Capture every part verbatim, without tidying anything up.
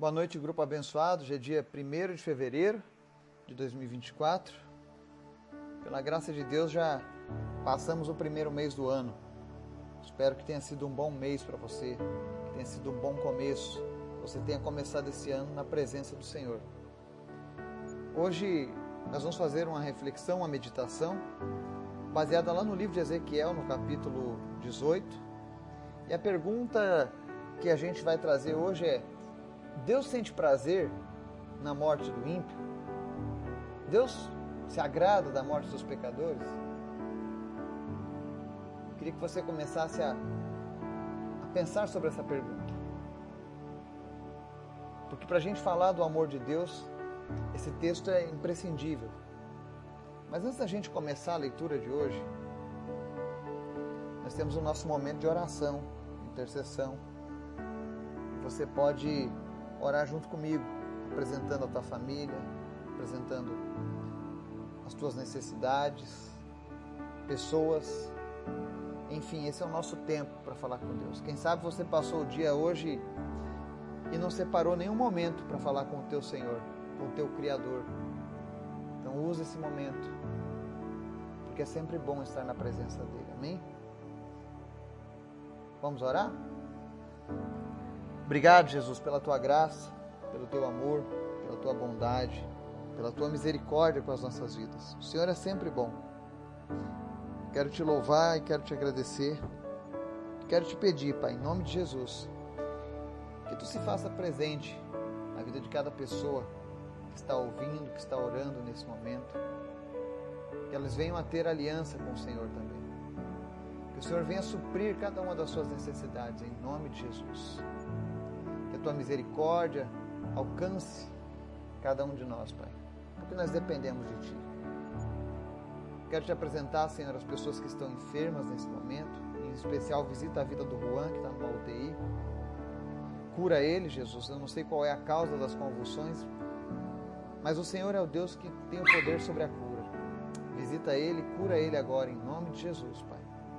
Boa noite, grupo abençoado. Hoje é dia primeiro de fevereiro de dois mil e vinte e quatro. Pela graça de Deus, já passamos o primeiro mês do ano. Espero que tenha sido um bom mês para você, que tenha sido um bom começo, que você tenha começado esse ano na presença do Senhor. Hoje nós vamos fazer uma reflexão, uma meditação, baseada lá no livro de Ezequiel, no capítulo dezoito. E a pergunta que a gente vai trazer hoje é: Deus sente prazer na morte do ímpio? Deus se agrada da morte dos pecadores? Eu queria que você começasse a, a pensar sobre essa pergunta. Porque para a gente falar do amor de Deus, esse texto é imprescindível. Mas antes da gente começar a leitura de hoje, nós temos o nosso momento de oração, intercessão. Você pode orar junto comigo, apresentando a tua família, apresentando as tuas necessidades, pessoas. Enfim, esse é o nosso tempo para falar com Deus. Quem sabe você passou o dia hoje e não separou nenhum momento para falar com o teu Senhor, com o teu Criador. Então use esse momento, porque é sempre bom estar na presença dele. Amém? Vamos orar? Obrigado, Jesus, pela tua graça, pelo teu amor, pela tua bondade, pela tua misericórdia com as nossas vidas. O Senhor é sempre bom. Quero te louvar e quero te agradecer. Quero te pedir, Pai, em nome de Jesus, que tu se faça presente na vida de cada pessoa que está ouvindo, que está orando nesse momento. Que elas venham a ter aliança com o Senhor também. Que o Senhor venha suprir cada uma das suas necessidades, em nome de Jesus. Que a tua misericórdia alcance cada um de nós, Pai, porque nós dependemos de Ti. Quero te apresentar, Senhor, as pessoas que estão enfermas nesse momento. Em especial, visita a vida do Juan, que está numa U T I. Cura ele, Jesus. Eu não sei qual é a causa das convulsões, mas o Senhor é o Deus que tem o poder sobre a cura. Visita ele, cura ele agora, em nome de Jesus, Pai.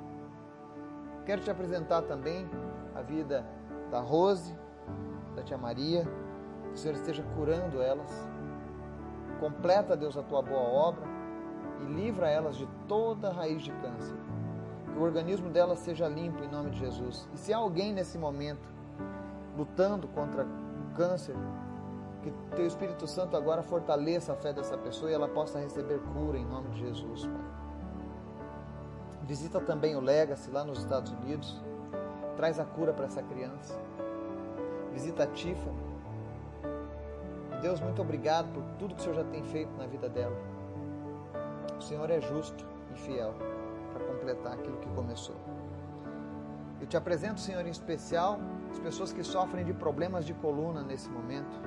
Quero te apresentar também a vida da Rose, da tia Maria. Que o Senhor esteja curando elas. Completa, Deus, a tua boa obra e livra elas de toda raiz de câncer. Que o organismo delas seja limpo em nome de Jesus. E se há alguém nesse momento lutando contra o câncer, que o teu Espírito Santo agora fortaleça a fé dessa pessoa e ela possa receber cura em nome de Jesus, Pai. Visita também o Legacy lá nos Estados Unidos. Traz a cura para essa criança. Visita a Tiffany. Deus, muito obrigado por tudo que o Senhor já tem feito na vida dela. O Senhor é justo e fiel para completar aquilo que começou. Eu te apresento, Senhor, em especial as pessoas que sofrem de problemas de coluna nesse momento.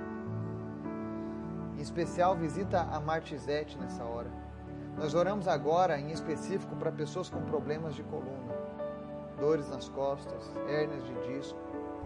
Em especial, visita a Martizete nessa hora. Nós oramos agora, em específico, para pessoas com problemas de coluna, dores nas costas, hérnias de disco.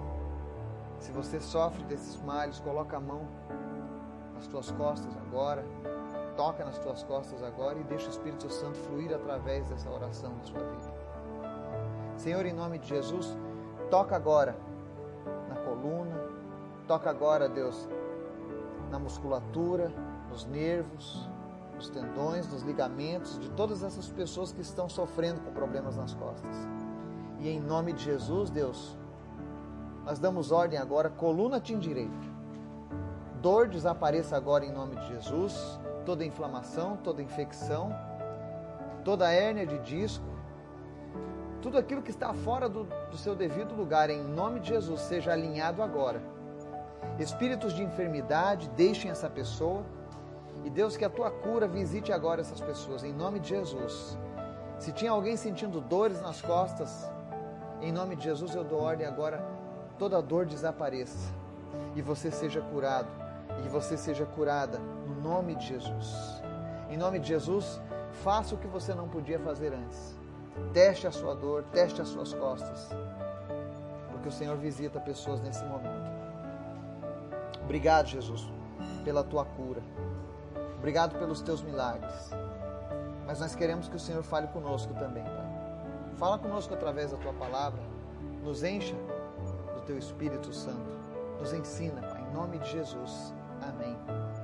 Se você sofre desses males, coloca a mão nas tuas costas agora, toca nas tuas costas agora e deixa o Espírito Santo fluir através dessa oração na sua vida. Senhor, em nome de Jesus, toca agora na coluna, toca agora, Deus, na musculatura, nos nervos, nos tendões, nos ligamentos de todas essas pessoas que estão sofrendo com problemas nas costas. E em nome de Jesus, Deus, nós damos ordem agora, coluna te endireita. Dor desapareça agora em nome de Jesus. Toda inflamação, toda infecção, toda hérnia de disco, tudo aquilo que está fora do, do seu devido lugar, em nome de Jesus, seja alinhado agora. Espíritos de enfermidade, deixem essa pessoa. E Deus, que a tua cura visite agora essas pessoas, em nome de Jesus. Se tinha alguém sentindo dores nas costas, em nome de Jesus eu dou ordem agora, toda dor desapareça e você seja curado, e você seja curada no nome de Jesus. Em nome de Jesus, faça o que você não podia fazer antes. Teste a sua dor, teste as suas costas, porque o Senhor visita pessoas nesse momento. Obrigado, Jesus, pela tua cura. Obrigado pelos teus milagres. Mas nós queremos que o Senhor fale conosco também, Pai. Fala conosco através da tua palavra. Nos encha do teu Espírito Santo. Nos ensina, Pai, em Em nome de Jesus. Amém.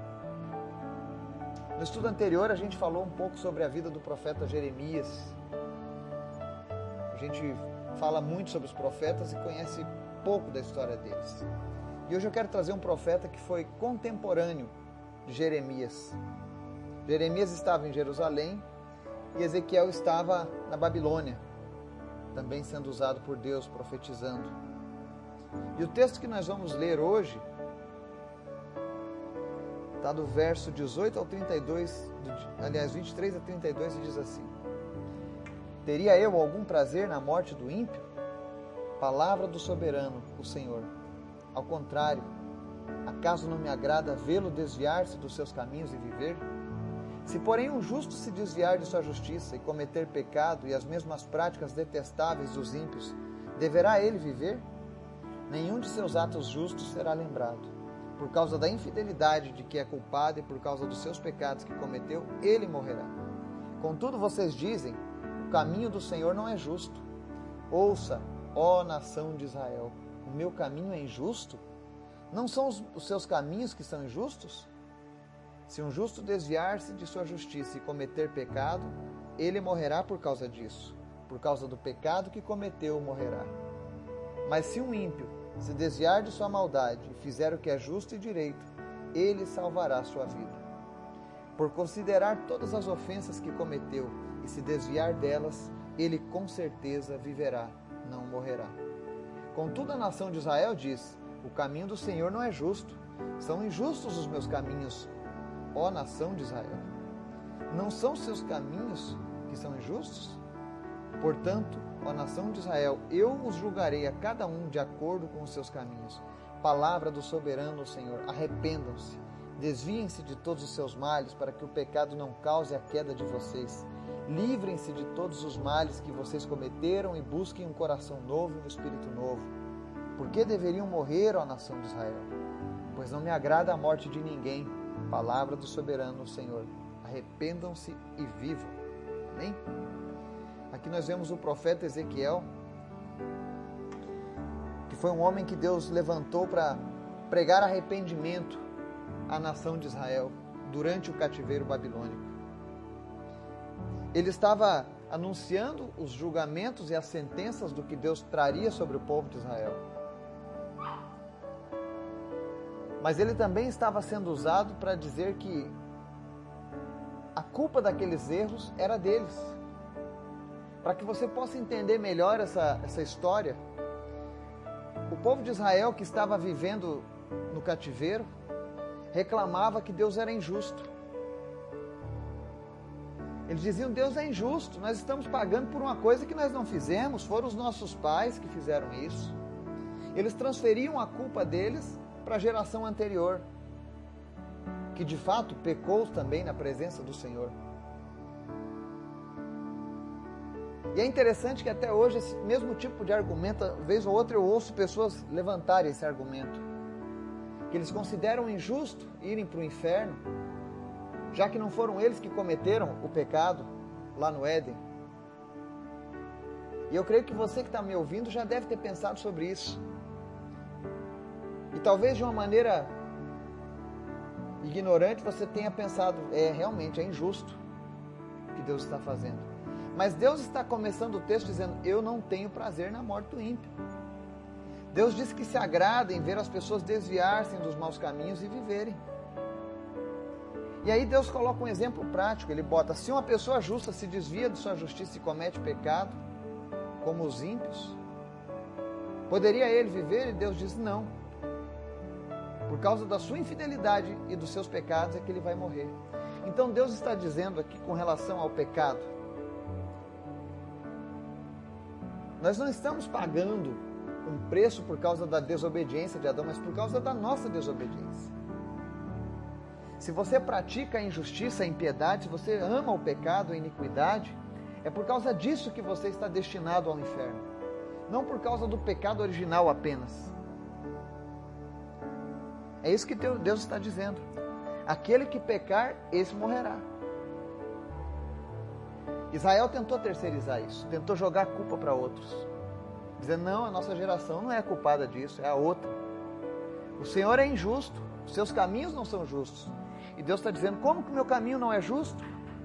No estudo anterior, a gente falou um pouco sobre a vida do profeta Jeremias. A gente fala muito sobre os profetas e conhece pouco da história deles. E hoje eu quero trazer um profeta que foi contemporâneo de Jeremias. Jeremias estava em Jerusalém e Ezequiel estava na Babilônia, também sendo usado por Deus, profetizando. E o texto que nós vamos ler hoje está do verso dezoito ao trinta e dois, do, aliás, vinte e três a trinta e dois, e diz assim: Teria eu algum prazer na morte do ímpio? Palavra do soberano, o Senhor. Ao contrário, acaso não me agrada vê-lo desviar-se dos seus caminhos e viver? Se, porém, um justo se desviar de sua justiça e cometer pecado e as mesmas práticas detestáveis dos ímpios, deverá ele viver? Nenhum de seus atos justos será lembrado. Por causa da infidelidade de que é culpado e por causa dos seus pecados que cometeu, ele morrerá. Contudo, vocês dizem, o caminho do Senhor não é justo. Ouça, ó nação de Israel, o meu caminho é injusto? Não são os, os seus caminhos que são injustos? Se um justo desviar-se de sua justiça e cometer pecado, ele morrerá por causa disso. Por causa do pecado que cometeu, morrerá. Mas se um ímpio se desviar de sua maldade e fizer o que é justo e direito, ele salvará sua vida. Por considerar todas as ofensas que cometeu e se desviar delas, ele com certeza viverá, não morrerá. Contudo, a nação de Israel diz, o caminho do Senhor não é justo. São injustos os meus caminhos, ó nação de Israel. Não são seus caminhos que são injustos? Portanto, ó nação de Israel, eu os julgarei a cada um de acordo com os seus caminhos. Palavra do soberano Senhor, arrependam-se, desviem-se de todos os seus males, para que o pecado não cause a queda de vocês. Livrem-se de todos os males que vocês cometeram e busquem um coração novo e um espírito novo. Por que deveriam morrer, ó nação de Israel? Pois não me agrada a morte de ninguém. Palavra do soberano Senhor, arrependam-se e vivam. Amém? Aqui nós vemos o profeta Ezequiel, que foi um homem que Deus levantou para pregar arrependimento à nação de Israel durante o cativeiro babilônico. Ele estava anunciando os julgamentos e as sentenças do que Deus traria sobre o povo de Israel. Mas ele também estava sendo usado para dizer que a culpa daqueles erros era deles. Para que você possa entender melhor essa, essa história, o povo de Israel que estava vivendo no cativeiro reclamava que Deus era injusto. Eles diziam, Deus é injusto, nós estamos pagando por uma coisa que nós não fizemos, foram os nossos pais que fizeram isso. Eles transferiam a culpa deles para a geração anterior, que de fato pecou também na presença do Senhor. E é interessante que até hoje esse mesmo tipo de argumento, vez ou outra eu ouço pessoas levantarem esse argumento, que eles consideram injusto irem para o inferno, já que não foram eles que cometeram o pecado lá no Éden. E eu creio que você que está me ouvindo já deve ter pensado sobre isso. E talvez de uma maneira ignorante você tenha pensado, é, realmente é injusto o que Deus está fazendo. Mas Deus está começando o texto dizendo, eu não tenho prazer na morte do ímpio. Deus diz que se agrada em ver as pessoas desviar-se dos maus caminhos e viverem. E aí Deus coloca um exemplo prático, ele bota, se uma pessoa justa se desvia de sua justiça e comete pecado, como os ímpios, poderia ele viver? E Deus diz, não. Por causa da sua infidelidade e dos seus pecados é que ele vai morrer. Então Deus está dizendo aqui com relação ao pecado, nós não estamos pagando um preço por causa da desobediência de Adão, mas por causa da nossa desobediência. Se você pratica a injustiça, a impiedade, se você ama o pecado, a iniquidade, é por causa disso que você está destinado ao inferno. Não por causa do pecado original apenas. É isso que Deus está dizendo. Aquele que pecar, esse morrerá. Israel tentou terceirizar isso, tentou jogar a culpa para outros. Dizendo, não, a nossa geração não é culpada disso, é a outra. O Senhor é injusto, os seus caminhos não são justos. E Deus está dizendo, como que o meu caminho não é justo?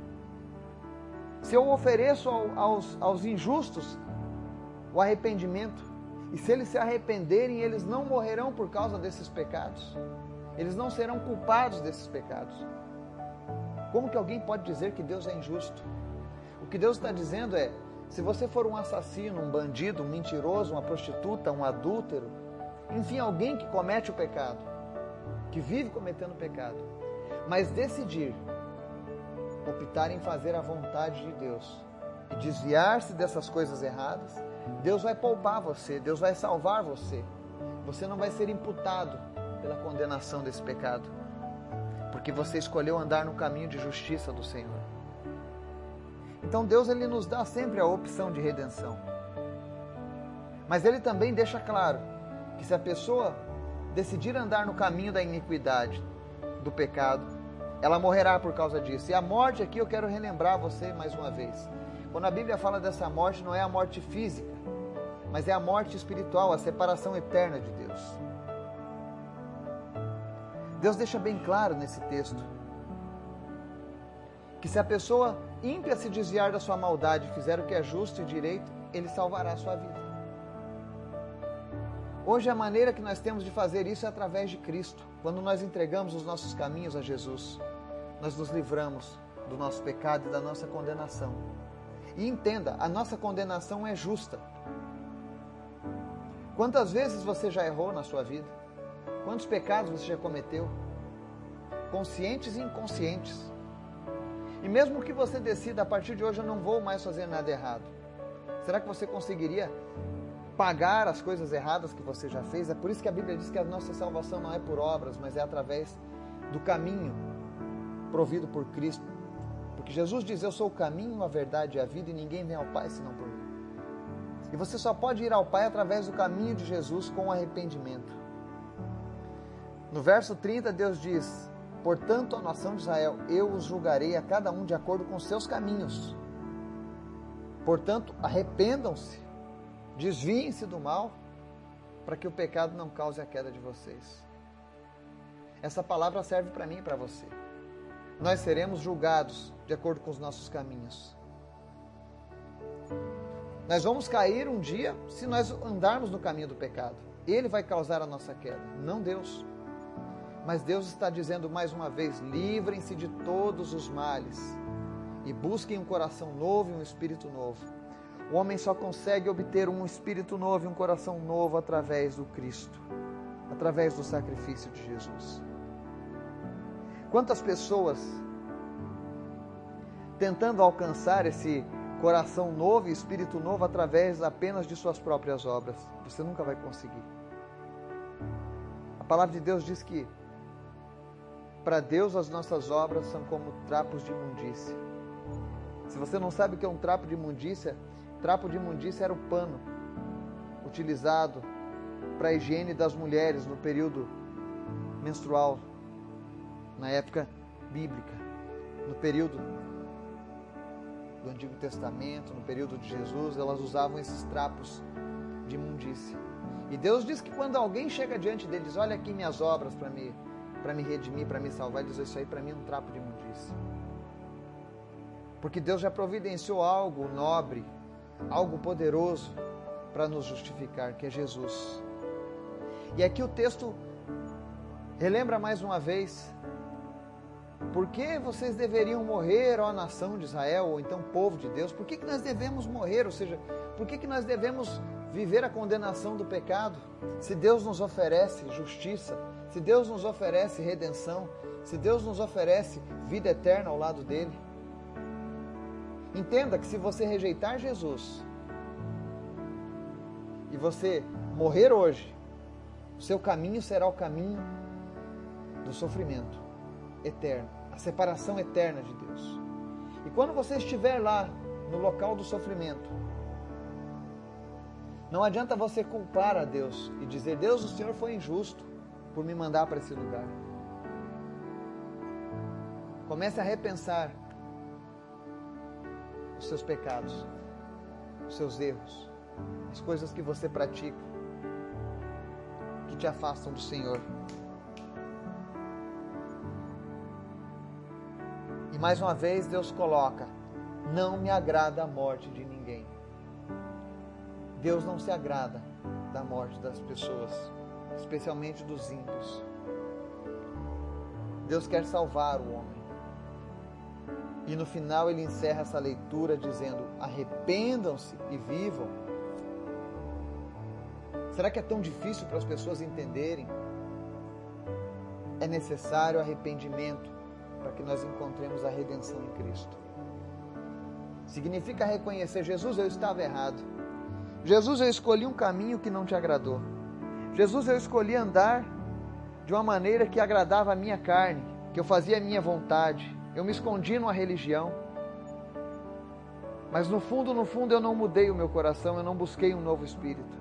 Se eu ofereço ao, aos, aos injustos o arrependimento, e se eles se arrependerem, eles não morrerão por causa desses pecados. Eles não serão culpados desses pecados. Como que alguém pode dizer que Deus é injusto? O que Deus está dizendo é, se você for um assassino, um bandido, um mentiroso, uma prostituta, um adúltero, enfim, alguém que comete o pecado, que vive cometendo pecado, mas decidir optar em fazer a vontade de Deus e desviar-se dessas coisas erradas, Deus vai poupar você, Deus vai salvar você. Você não vai ser imputado pela condenação desse pecado, porque você escolheu andar no caminho de justiça do Senhor. Então Deus, Ele nos dá sempre a opção de redenção. Mas Ele também deixa claro que se a pessoa decidir andar no caminho da iniquidade, do pecado, ela morrerá por causa disso. E a morte aqui eu quero relembrar você mais uma vez. Quando a Bíblia fala dessa morte, não é a morte física, mas é a morte espiritual, a separação eterna de Deus. Deus deixa bem claro nesse texto que se a pessoa ímpia se desviar da sua maldade e fizer o que é justo e direito, Ele salvará a sua vida. Hoje a maneira que nós temos de fazer isso é através de Cristo. Quando nós entregamos os nossos caminhos a Jesus, nós nos livramos do nosso pecado e da nossa condenação. E entenda, a nossa condenação é justa. Quantas vezes você já errou na sua vida? Quantos pecados você já cometeu? Conscientes e inconscientes. E mesmo que você decida, a partir de hoje eu não vou mais fazer nada errado, será que você conseguiria pagar as coisas erradas que você já fez? É por isso que a Bíblia diz que a nossa salvação não é por obras, mas é através do caminho provido por Cristo. Porque Jesus diz, eu sou o caminho, a verdade e a vida, e ninguém vem ao Pai senão por mim. E você só pode ir ao Pai através do caminho de Jesus com arrependimento. No verso trinta, Deus diz, portanto, a nação de Israel, eu os julgarei a cada um de acordo com seus caminhos. Portanto, arrependam-se, desviem-se do mal, para que o pecado não cause a queda de vocês. Essa palavra serve para mim e para você. Nós seremos julgados de acordo com os nossos caminhos. Nós vamos cair um dia se nós andarmos no caminho do pecado. Ele vai causar a nossa queda, não Deus. Mas Deus está dizendo mais uma vez, livrem-se de todos os males e busquem um coração novo e um espírito novo. O homem só consegue obter um espírito novo e um coração novo através do Cristo, através do sacrifício de Jesus. Quantas pessoas tentando alcançar esse coração novo e espírito novo através apenas de suas próprias obras? Você nunca vai conseguir. A palavra de Deus diz que para Deus as nossas obras são como trapos de imundícia. Se você não sabe o que é um trapo de imundícia, trapo de imundícia era o pano utilizado para a higiene das mulheres no período menstrual, na época bíblica, no período do Antigo Testamento, no período de Jesus, elas usavam esses trapos de imundícia. E Deus diz que quando alguém chega diante dele, diz, olha aqui minhas obras para me, para me redimir, para me salvar, ele diz, isso aí para mim é um trapo de imundícia. Porque Deus já providenciou algo nobre, algo poderoso para nos justificar, que é Jesus. E aqui o texto relembra mais uma vez, por que vocês deveriam morrer, ó nação de Israel, ou então povo de Deus? Por que, que nós devemos morrer? Ou seja, por que, que nós devemos viver a condenação do pecado? Se Deus nos oferece justiça, se Deus nos oferece redenção, se Deus nos oferece vida eterna ao lado dele. Entenda que se você rejeitar Jesus e você morrer hoje, o seu caminho será o caminho do sofrimento eterno, a separação eterna de Deus. E quando você estiver lá, no local do sofrimento, não adianta você culpar a Deus e dizer, Deus, o Senhor foi injusto por me mandar para esse lugar. Comece a repensar os seus pecados, os seus erros, as coisas que você pratica, que te afastam do Senhor. E mais uma vez Deus coloca: não me agrada a morte de ninguém. Deus não se agrada da morte das pessoas, especialmente dos ímpios. Deus quer salvar o homem. E no final ele encerra essa leitura dizendo: arrependam-se e vivam. Será que é tão difícil para as pessoas entenderem? É necessário arrependimento para que nós encontremos a redenção em Cristo. Significa reconhecer: Jesus, eu estava errado. Jesus, eu escolhi um caminho que não te agradou. Jesus, eu escolhi andar de uma maneira que agradava a minha carne, que eu fazia a minha vontade. Eu me escondi numa religião. Mas no fundo, no fundo, eu não mudei o meu coração, eu não busquei um novo espírito.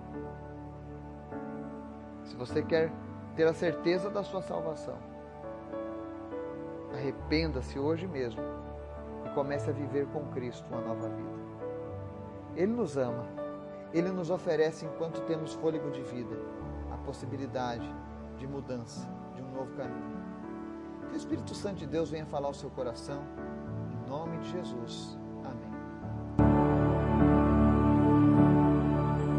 Se você quer ter a certeza da sua salvação, arrependa-se hoje mesmo e comece a viver com Cristo uma nova vida. Ele nos ama. Ele nos oferece, enquanto temos fôlego de vida, a possibilidade de mudança, de um novo caminho. Que o Espírito Santo de Deus venha falar ao seu coração, em nome de Jesus.